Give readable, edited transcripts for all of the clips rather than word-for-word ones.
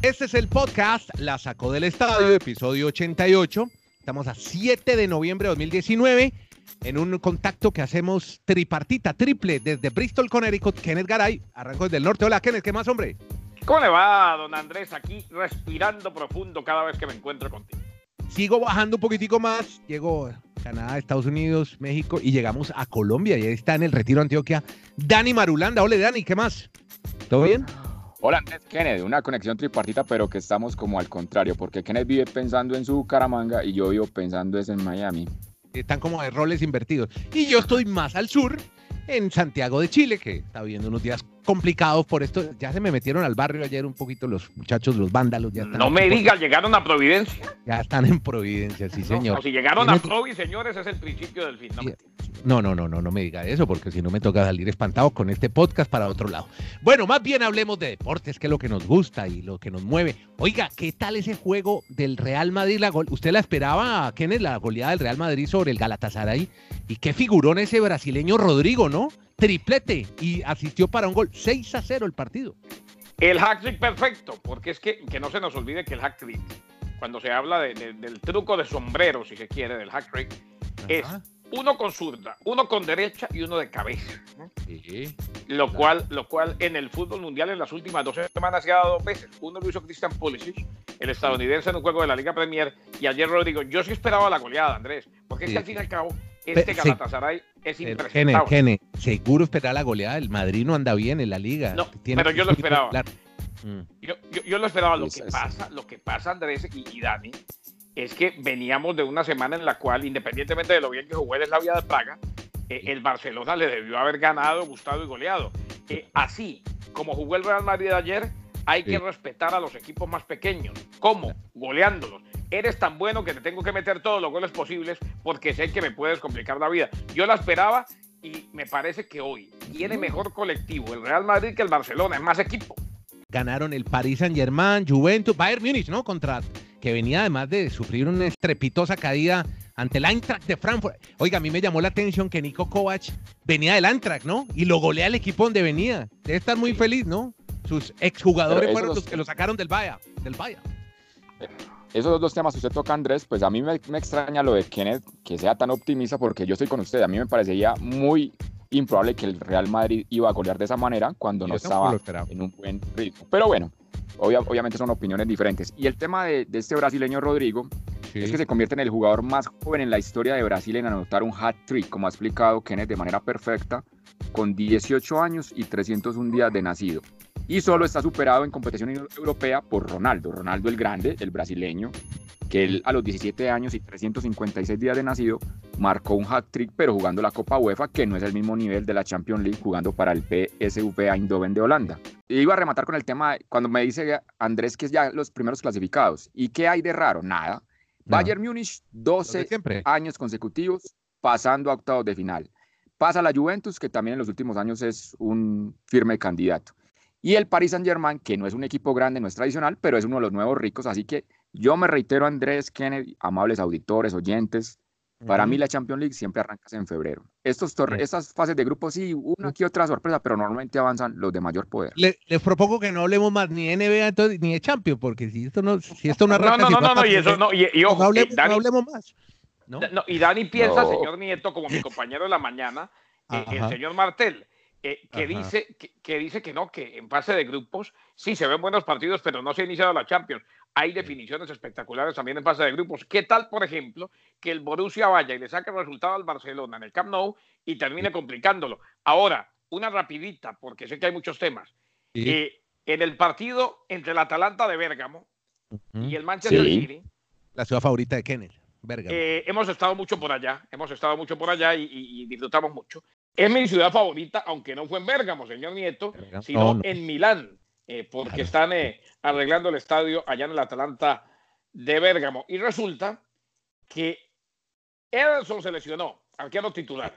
Este es el podcast La Sacó del Estadio, episodio 88. Estamos a 7 de noviembre de 2019 en un contacto que hacemos triple desde Bristol, Connecticut. Kenneth Garay, arranco desde el norte. Hola, Kenneth, ¿qué más, hombre? ¿Cómo le va, don Andrés? Aquí respirando profundo cada vez que me encuentro contigo. Sigo bajando un poquitico más. Llego a Canadá, Estados Unidos, México y llegamos a Colombia. Y ahí está en el Retiro Antioquia Dani Marulanda. Hola, Dani, ¿qué más? ¿Todo bien? Hola, Kenneth, una conexión tripartita, pero que estamos como al contrario, porque Kenneth vive pensando en su Bucaramanga y yo vivo pensando en Miami. Están como de roles invertidos. Y yo estoy más al sur, en Santiago de Chile, que está viviendo unos días complicados por esto. Ya se me metieron al barrio ayer un poquito los muchachos, los vándalos. Ya están no me digas, ¿llegaron a Providencia? Ya están en Providencia, sí, señor. No, si llegaron a Provi, señores, es el principio del fin. No me diga eso, porque si no me toca salir espantado con este podcast para otro lado. Bueno, más bien hablemos de deportes, que es lo que nos gusta y lo que nos mueve. Oiga, ¿qué tal ese juego del Real Madrid? ¿Usted la esperaba, Kenneth, la goleada del Real Madrid sobre el Galatasaray? Y qué figurón ese brasileño Rodrigo, ¿no? Triplete y asistió para un gol. 6-0 el partido. El hat-trick perfecto, porque es que no se nos olvide que el hat-trick, cuando se habla del truco de sombrero, si se quiere, del hat-trick, es uno con zurda, uno con derecha y uno de cabeza, ¿no? Sí, lo cual en el fútbol mundial en las últimas 2 semanas se ha dado 2 veces. Uno lo hizo Christian Pulisic, el estadounidense, en un juego de la Liga Premier, y ayer Rodrigo. Yo sí esperaba la goleada, Andrés, porque es que al fin y al cabo Galatasaray es impresentable. Kenneth, seguro esperaba la goleada. El Madrid no anda bien en la Liga. No, pero yo lo esperaba. Yo lo esperaba. Lo que pasa, Andrés y Dani, es que veníamos de una semana en la cual, independientemente de lo bien que jugó el Slavia de Praga, el Barcelona le debió haber ganado, gustado y goleado. Así como jugó el Real Madrid ayer, hay que respetar a los equipos más pequeños. ¿Cómo? Goleándolos. Eres tan bueno que te tengo que meter todos los goles posibles porque sé que me puedes complicar la vida. Yo la esperaba y me parece que hoy tiene mejor colectivo el Real Madrid que el Barcelona, es más equipo. Ganaron el Paris Saint-Germain, Juventus, Bayern Múnich, ¿no? Que venía además de sufrir una estrepitosa caída ante el Eintracht de Frankfurt. Oiga, a mí me llamó la atención que Niko Kovac venía del Eintracht, ¿no? Y lo golea al equipo donde venía. Debe estar muy feliz, ¿no? Sus exjugadores fueron los que lo sacaron del Bayern. Esos 2 temas que usted toca, Andrés, pues a mí me extraña lo de Kenneth, que sea tan optimista, porque yo estoy con usted. A mí me parecería muy improbable que el Real Madrid iba a golear de esa manera cuando no estaba en un buen ritmo. Pero bueno, obviamente son opiniones diferentes. Y el tema de este brasileño Rodrigo es que se convierte en el jugador más joven en la historia de Brasil en anotar un hat-trick, como ha explicado Kenneth de manera perfecta, con 18 años y 301 días de nacido. Y solo está superado en competición europea por Ronaldo el Grande, el brasileño, que él a los 17 años y 356 días de nacido marcó un hat-trick, pero jugando la Copa UEFA, que no es el mismo nivel de la Champions League, jugando para el PSV Eindhoven de Holanda. Y iba a rematar con el tema, cuando me dice Andrés que es ya los primeros clasificados. ¿Y qué hay de raro? Nada. Bayern Múnich, 12 años consecutivos, pasando a octavos de final. Pasa la Juventus, que también en los últimos años es un firme candidato. Y el Paris Saint-Germain, que no es un equipo grande, no es tradicional, pero es uno de los nuevos ricos. Así que yo me reitero, Andrés, Kennedy, amables auditores, oyentes, para mí la Champions League siempre arranca en febrero. Estas fases de grupos, sí, una que otra sorpresa, pero normalmente avanzan los de mayor poder. Les propongo que no hablemos más ni de NBA entonces, ni de Champions, porque si esto no arranca... No, hablemos más. Y Dani piensa, señor Nieto, como mi compañero de la mañana, el señor Martel, que dice que no, que en fase de grupos sí se ven buenos partidos, pero no se ha iniciado la Champions. Hay definiciones espectaculares también en fase de grupos. ¿Qué tal, por ejemplo, que el Borussia vaya y le saque el resultado al Barcelona en el Camp Nou y termine complicándolo? Ahora, una rapidita, porque sé que hay muchos temas. En el partido entre el Atalanta de Bérgamo y el Manchester City, la ciudad favorita de Kenneth, Bérgamo. Hemos estado mucho por allá y disfrutamos mucho. Es mi ciudad favorita, aunque no fue en Bérgamo, señor Nieto, sino en Milán, porque están arreglando el estadio allá en el Atalanta de Bérgamo. Y resulta que Ederson se lesionó, arquero titular.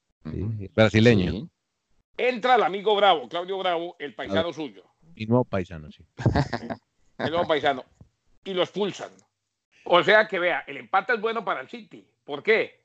Brasileño. Sí. Entra el amigo Bravo, Claudio Bravo, el paisano suyo. Y nuevo paisano, sí. El nuevo paisano. Y lo expulsan. O sea que vea, el empate es bueno para el City. ¿Por qué?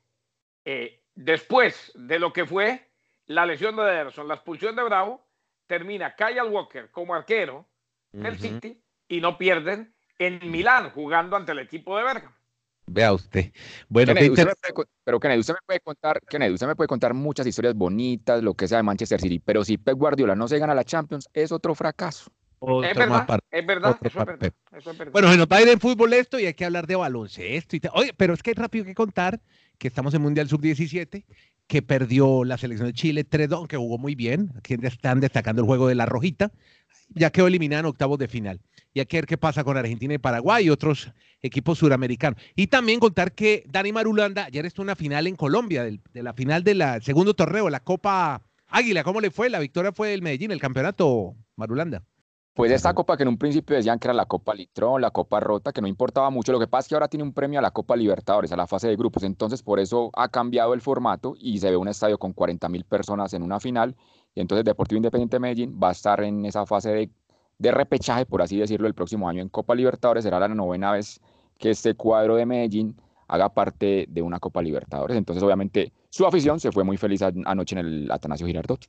Después de lo que fue la lesión de Ederson, la expulsión de Bravo, termina Kyle Walker como arquero del City y no pierden en Milán jugando ante el equipo de Bergamo. Vea usted. Bueno, Kennedy, usted me puede contar muchas historias bonitas, lo que sea de Manchester City, pero si Pep Guardiola no se gana la Champions, es otro fracaso. Es verdad, eso es verdad. Bueno, se nos va a ir en fútbol esto y hay que hablar de baloncesto. Oye, pero es que es rápido que contar que estamos en Mundial Sub-17, que perdió la selección de Chile 3-2, aunque jugó muy bien. Aquí están destacando el juego de la Rojita. Ya quedó eliminada en octavos de final. Y hay que ver qué pasa con Argentina y Paraguay y otros equipos suramericanos. Y también contar que Dani Marulanda ayer estuvo en una final en Colombia, de la final del segundo torneo, la Copa Águila. ¿Cómo le fue? La victoria fue del Medellín, el campeonato, Marulanda. Pues esta copa que en un principio decían que era la Copa Litrón, la Copa Rota, que no importaba mucho. Lo que pasa es que ahora tiene un premio a la Copa Libertadores, a la fase de grupos. Entonces, por eso ha cambiado el formato y se ve un estadio con 40.000 personas en una final. Y entonces Deportivo Independiente Medellín va a estar en esa fase de repechaje, por así decirlo, el próximo año en Copa Libertadores. Será la 9ª vez que este cuadro de Medellín haga parte de una Copa Libertadores. Entonces, obviamente, su afición se fue muy feliz anoche en el Atanasio Girardot.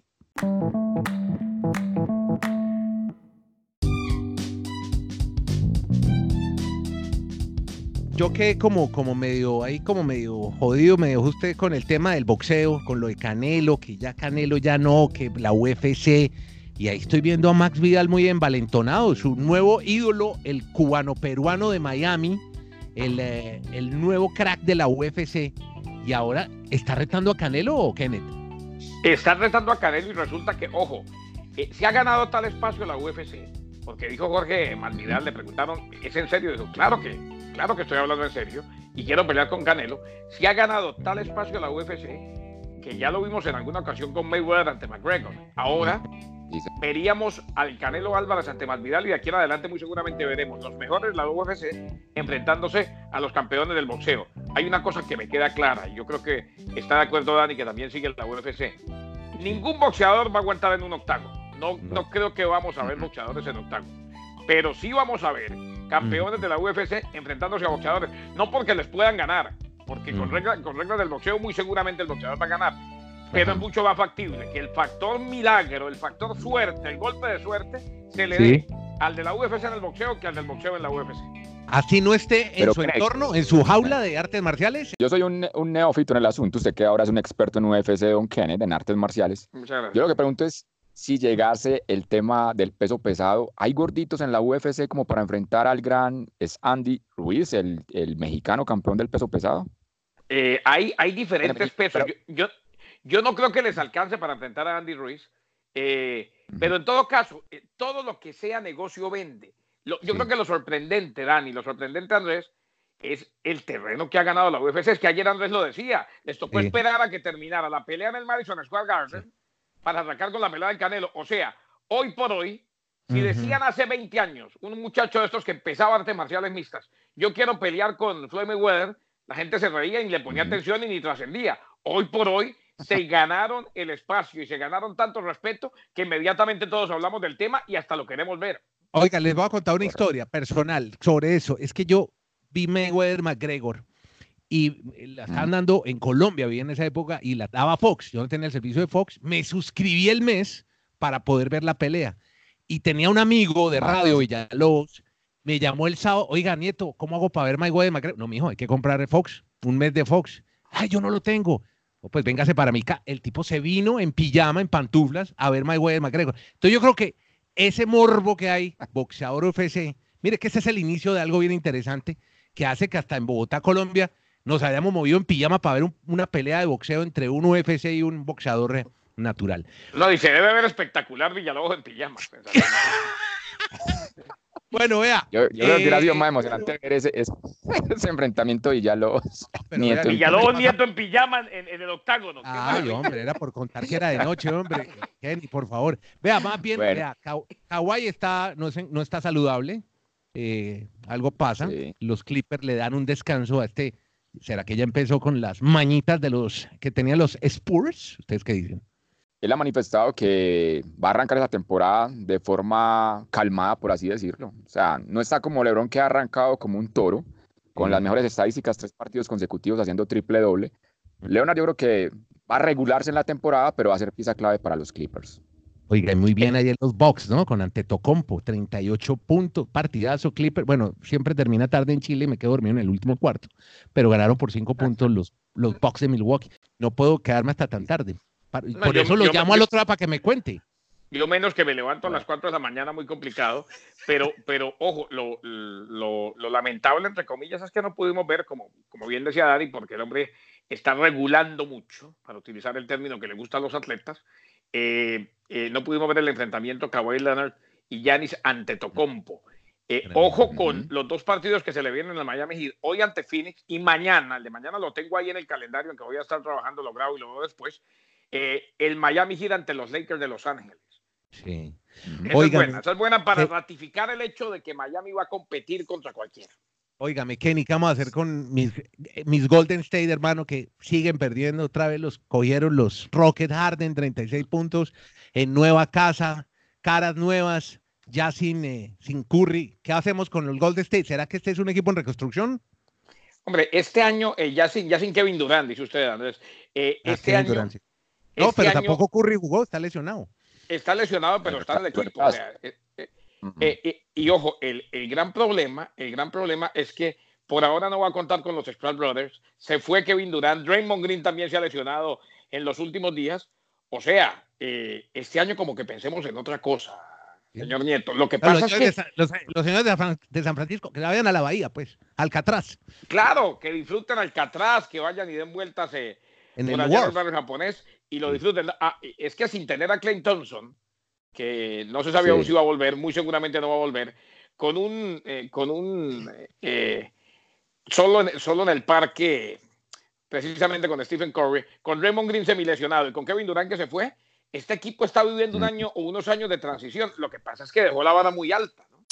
Yo quedé como medio jodido, me dejó usted con el tema del boxeo, con lo de Canelo, que ya Canelo ya no, que la UFC, y ahí estoy viendo a Max Vidal muy envalentonado, su nuevo ídolo, el cubano-peruano de Miami, el nuevo crack de la UFC, y ahora, ¿está retando a Canelo o Kenneth? Está retando a Canelo y resulta que, ojo, se ha ganado tal espacio la UFC, porque dijo Jorge Masvidal, le preguntaron, ¿es en serio? Dijo, claro que estoy hablando en serio y quiero pelear con Canelo. Si ha ganado tal espacio la UFC que ya lo vimos en alguna ocasión con Mayweather ante McGregor. Ahora veríamos al Canelo Álvarez ante Masvidal y de aquí en adelante muy seguramente veremos los mejores de la UFC enfrentándose a los campeones del boxeo. Hay una cosa que me queda clara y yo creo que está de acuerdo Dani, que también sigue la UFC. Ningún boxeador va a aguantar en un octágono. No creo que vamos a ver boxeadores en octágono, pero sí vamos a ver campeones de la UFC enfrentándose a boxeadores, no porque les puedan ganar, porque con reglas del boxeo muy seguramente el boxeador va a ganar, pero es mucho más factible que el factor milagro, el factor suerte, el golpe de suerte se le dé al de la UFC en el boxeo que al del boxeo en la UFC. Así no esté en su entorno, en su jaula de artes marciales. Yo soy un neófito en el asunto, usted que ahora es un experto en UFC, don Kenneth, en artes marciales. Muchas gracias. Yo lo que pregunto es, si llegase el tema del peso pesado, ¿hay gorditos en la UFC como para enfrentar al gran Andy Ruiz, el mexicano campeón del peso pesado? Hay diferentes pesos. Yo no creo que les alcance para enfrentar a Andy Ruiz, pero en todo caso, todo lo que sea negocio vende. Yo creo que lo sorprendente, Dani, lo sorprendente, Andrés, es el terreno que ha ganado la UFC. Es que ayer Andrés lo decía, les tocó esperar a que terminara la pelea en el Madison Square Garden para arrancar con la pelea del Canelo. O sea, hoy por hoy, si decían hace 20 años, un muchacho de estos que empezaba artes marciales mixtas, yo quiero pelear con Floyd Mayweather, la gente se reía y le ponía atención y ni trascendía. Hoy por hoy se ganaron el espacio y se ganaron tanto respeto que inmediatamente todos hablamos del tema y hasta lo queremos ver. Oiga, les voy a contar una historia personal sobre eso. Es que yo vi Mayweather McGregor y la estaban dando en Colombia, vi en esa época, y la daba Fox. Yo no tenía el servicio de Fox. Me suscribí el mes para poder ver la pelea. Y tenía un amigo de radio, Villalobos, me llamó el sábado, oiga, Nieto, ¿cómo hago para ver Mayweather McGregor? No, mijo, hay que comprar Fox, un mes de Fox. Ay, yo no lo tengo. Oh, pues véngase para mí. El tipo se vino en pijama, en pantuflas, a ver Mayweather McGregor. Entonces yo creo que ese morbo que hay, boxeador UFC, mire que ese es el inicio de algo bien interesante, que hace que hasta en Bogotá, Colombia, nos hayamos movido en pijama para ver una pelea de boxeo entre un UFC y un boxeador natural. No, y se debe ver espectacular Villalobos en pijama. Bueno, vea. Yo creo que hubiera sido más emocionante ver ese enfrentamiento de Villalobos. Villalobos Nieto en pijama en el octágono. Ay, hombre, era por contar que era de noche, hombre. Kenny, por favor. Vea, más bien, vea, Kawhi no está saludable. Algo pasa. Sí. Los Clippers le dan un descanso a este. ¿Será que ya empezó con las mañitas de los que tenían los Spurs? ¿Ustedes qué dicen? Él ha manifestado que va a arrancar esa temporada de forma calmada, por así decirlo. O sea, no está como LeBron, que ha arrancado como un toro, con las mejores estadísticas, 3 partidos consecutivos haciendo triple-doble. Leonard yo creo que va a regularse en la temporada, pero va a ser pieza clave para los Clippers. Oiga, muy bien ahí en los Bucks, ¿no? Con Antetokounmpo, 38 puntos, partidazo, Clipper. Bueno, siempre termina tarde en Chile y me quedo dormido en el último cuarto, pero ganaron por 5 puntos los Bucks de Milwaukee. No puedo quedarme hasta tan tarde. Por eso lo llamo al otro lado para que me cuente. Yo menos que me levanto a las 4 de la mañana, muy complicado, pero ojo, lo lamentable, entre comillas, es que no pudimos ver, como bien decía Dani, porque el hombre está regulando mucho, para utilizar el término que le gusta a los atletas. No pudimos ver el enfrentamiento Kawhi Leonard y Giannis Antetokounmpo. Ojo con los dos partidos que se le vienen al Miami Heat, hoy ante Phoenix y mañana, el de mañana lo tengo ahí en el calendario, en que voy a estar trabajando, lo grabo y lo veo después, el Miami Heat ante los Lakers de Los Ángeles. Sí. Esa es buena para ratificar el hecho de que Miami va a competir contra cualquiera. Óigame, Kenny, ¿qué vamos a hacer con mis Golden State, hermano, que siguen perdiendo? Otra vez los cogieron los Rockets, Harden, 36 puntos, en nueva casa, caras nuevas, ya sin Curry. ¿Qué hacemos con los Golden State? ¿Será que este es un equipo en reconstrucción? Hombre, este año, ya sin Kevin Durant, dice usted, Andrés. Este año... Durant, sí. No, pero tampoco Curry jugó, está lesionado. Está lesionado, pero está en el equipo. O sea, y ojo, el gran problema es que por ahora no va a contar con los Sproul Brothers. Se fue Kevin Durant, Draymond Green también se ha lesionado en los últimos días. O sea, este año como que pensemos en otra cosa, señor Nieto. Lo que pasa es que los señores de San Francisco, que vayan a la bahía, pues, Alcatraz. Claro, que disfruten Alcatraz, que vayan y den vueltas en el barrio japonés y lo disfruten. Es que sin tener a Klay Thompson, que no se sabía aún si iba a volver, muy seguramente no va a volver, solo en el parque, precisamente con Stephen Curry, con Draymond Green semilesionado y con Kevin Durant que se fue, este equipo está viviendo un año o unos años de transición. Lo que pasa es que dejó la vara muy alta, ¿no?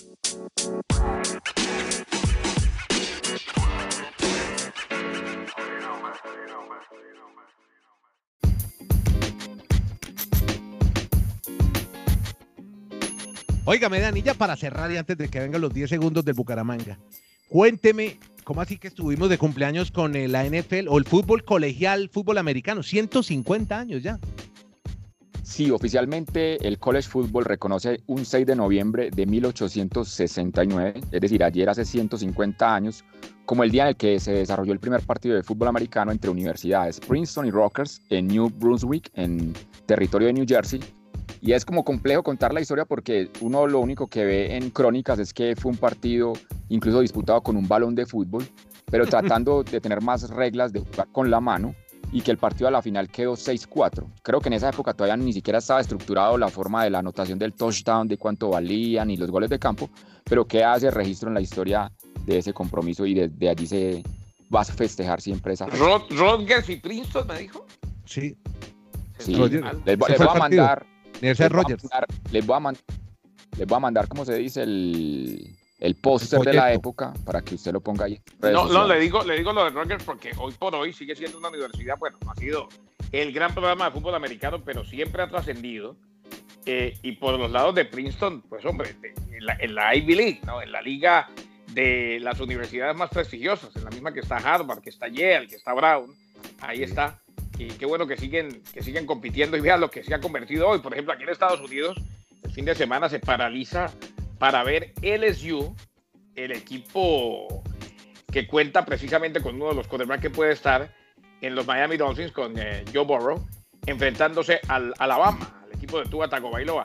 Óigame, Dani, ya para cerrar y antes de que vengan los 10 segundos del Bucaramanga, cuénteme, ¿cómo así que estuvimos de cumpleaños con la NFL o el fútbol colegial, fútbol americano? 150 años ya. Sí, oficialmente el College Football reconoce un 6 de noviembre de 1869, es decir, ayer hace 150 años, como el día en el que se desarrolló el primer partido de fútbol americano entre universidades Princeton y Rutgers en New Brunswick, en territorio de New Jersey. Y es como complejo contar la historia porque uno lo único que ve en crónicas es que fue un partido incluso disputado con un balón de fútbol, pero tratando de tener más reglas de jugar con la mano, y que el partido a la final quedó 6-4. Creo que en esa época todavía ni siquiera estaba estructurado la forma de la anotación del touchdown, de cuánto valían y los goles de campo, pero queda ese registro en la historia de ese compromiso y desde allí se va a festejar siempre esa fecha. ¿Rutgers y Princeton me dijo? Sí. Sí. Les voy a mandar... Les voy a mandar, ¿cómo se dice? El póster de la época para que usted lo ponga ahí. No, le digo lo de Rutgers porque hoy por hoy sigue siendo una universidad, bueno, no ha sido el gran programa de fútbol americano, pero siempre ha trascendido. Y por los lados de Princeton, pues hombre, en la Ivy League, ¿no? En la liga de las universidades más prestigiosas, en la misma que está Harvard, que está Yale, que está Brown, ahí está. Y qué bueno que siguen compitiendo y vean lo que se ha convertido hoy. Por ejemplo, aquí en Estados Unidos, el fin de semana se paraliza para ver LSU, el equipo que cuenta precisamente con uno de los quarterbacks que puede estar en los Miami Dolphins, con Joe Burrow, enfrentándose al Alabama, al equipo de Tua Tagovailoa.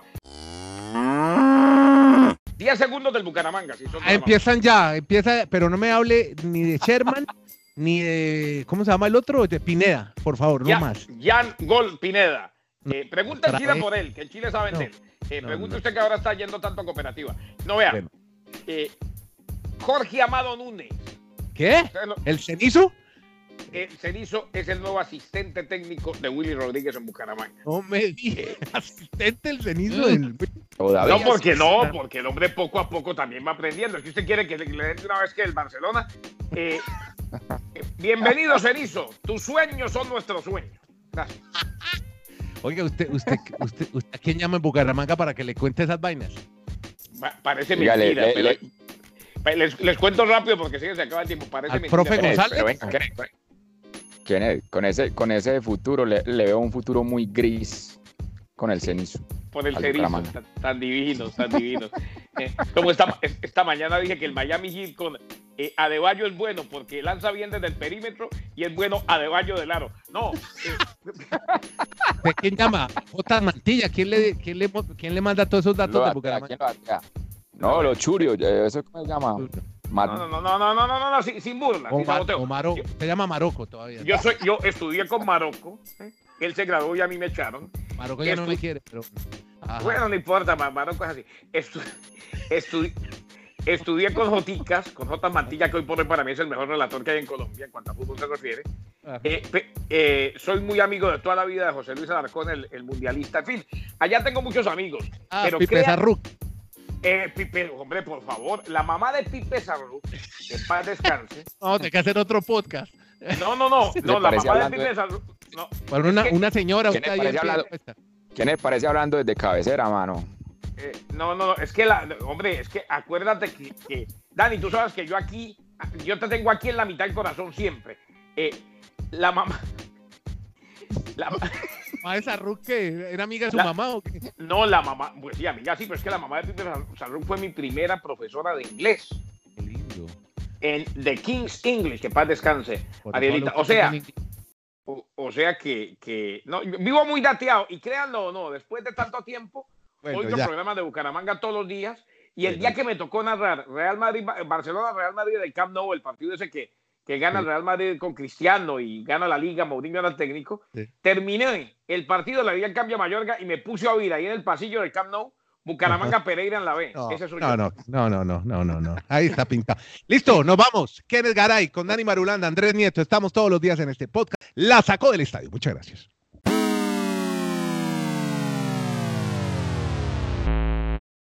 10 segundos del Bucaramanga. Si son empieza, pero no me hable ni de Sherman, ni de, ¿cómo se llama el otro? De Pineda, por favor, no más. Jan Gol Pineda. Pregunta en Chile por él, que en Chile saben de él. Pregunta usted que ahora está yendo tanto a cooperativa. No, vea. Bueno. Jorge Amado Núñez. ¿Qué? ¿El Cenizo? El Cenizo es el nuevo asistente técnico de Willy Rodríguez en Bucaramanga. No me digas, asistente del Cenizo. No, porque el hombre poco a poco también va aprendiendo. Es que usted quiere que le den una vez que el Barcelona... bienvenido, Cenizo. Tus sueños son nuestros sueños. Gracias. Oiga, usted ¿a quién llama en Bucaramanga para que le cuente esas vainas? Parece mentira, pero les cuento rápido porque se acaba el tiempo. Parece mentira. Profe González. Kenneth, con ese futuro le veo un futuro muy gris con el Cenizo. por el Cerizo, tan divinos. Como esta mañana dije que el Miami Heat con Adebayo es bueno porque lanza bien desde el perímetro y es bueno Adebayo del aro. No. ¿Quién llama? J. Mantilla. ¿Quién le manda todos esos datos de Bucaramanga? No, los churios. ¿Eso cómo se llama? No, sin burla. Se llama Marocco todavía. Yo estudié con Marocco. Él se graduó y a mí me echaron. Marocco ya no me quiere, pero... Ajá. Bueno, no importa, Marocco es así. Estudié con Joticas, con J. Mantilla, que hoy por hoy para mí es el mejor relator que hay en Colombia en cuanto a fútbol se refiere. Soy muy amigo de toda la vida de José Luis Alarcón, el mundialista. En fin, allá tengo muchos amigos. Pero Pipe Sarruc. Pipe, hombre, por favor, la mamá de Pipe Sarruc, que paz descanse. No, hay que hacer otro podcast. No, la mamá de Pipe Sarruc. No, una señora. ¿Quién les parece hablando desde cabecera, mano? Es que acuérdate que Dani, tú sabes que yo te tengo aquí en la mitad del corazón siempre. La mamá. ¿De Sarruc que era amiga de su mamá o qué? No, la mamá, pues sí, amiga, sí, pero es que la mamá de Pipe Sarruc fue mi primera profesora de inglés. Qué lindo. En The King's English, que paz descanse, Arielita. O sea que no, vivo muy dateado y créanlo o no, después de tanto tiempo, oigo programas de Bucaramanga todos los días y el día que me tocó narrar Barcelona Real Madrid del Camp Nou, el partido ese que gana el Real Madrid con Cristiano y gana la Liga, Mourinho era el técnico, terminé el partido de la Liga en Cambio Mallorca y me puse a oír ahí en el pasillo del Camp Nou Bucaramanga Pereira en la B. No. Ahí está pintado. Listo, nos vamos. Kenneth Garay con Dani Marulanda, Andrés Nieto. Estamos todos los días en este podcast. La sacó del estadio. Muchas gracias.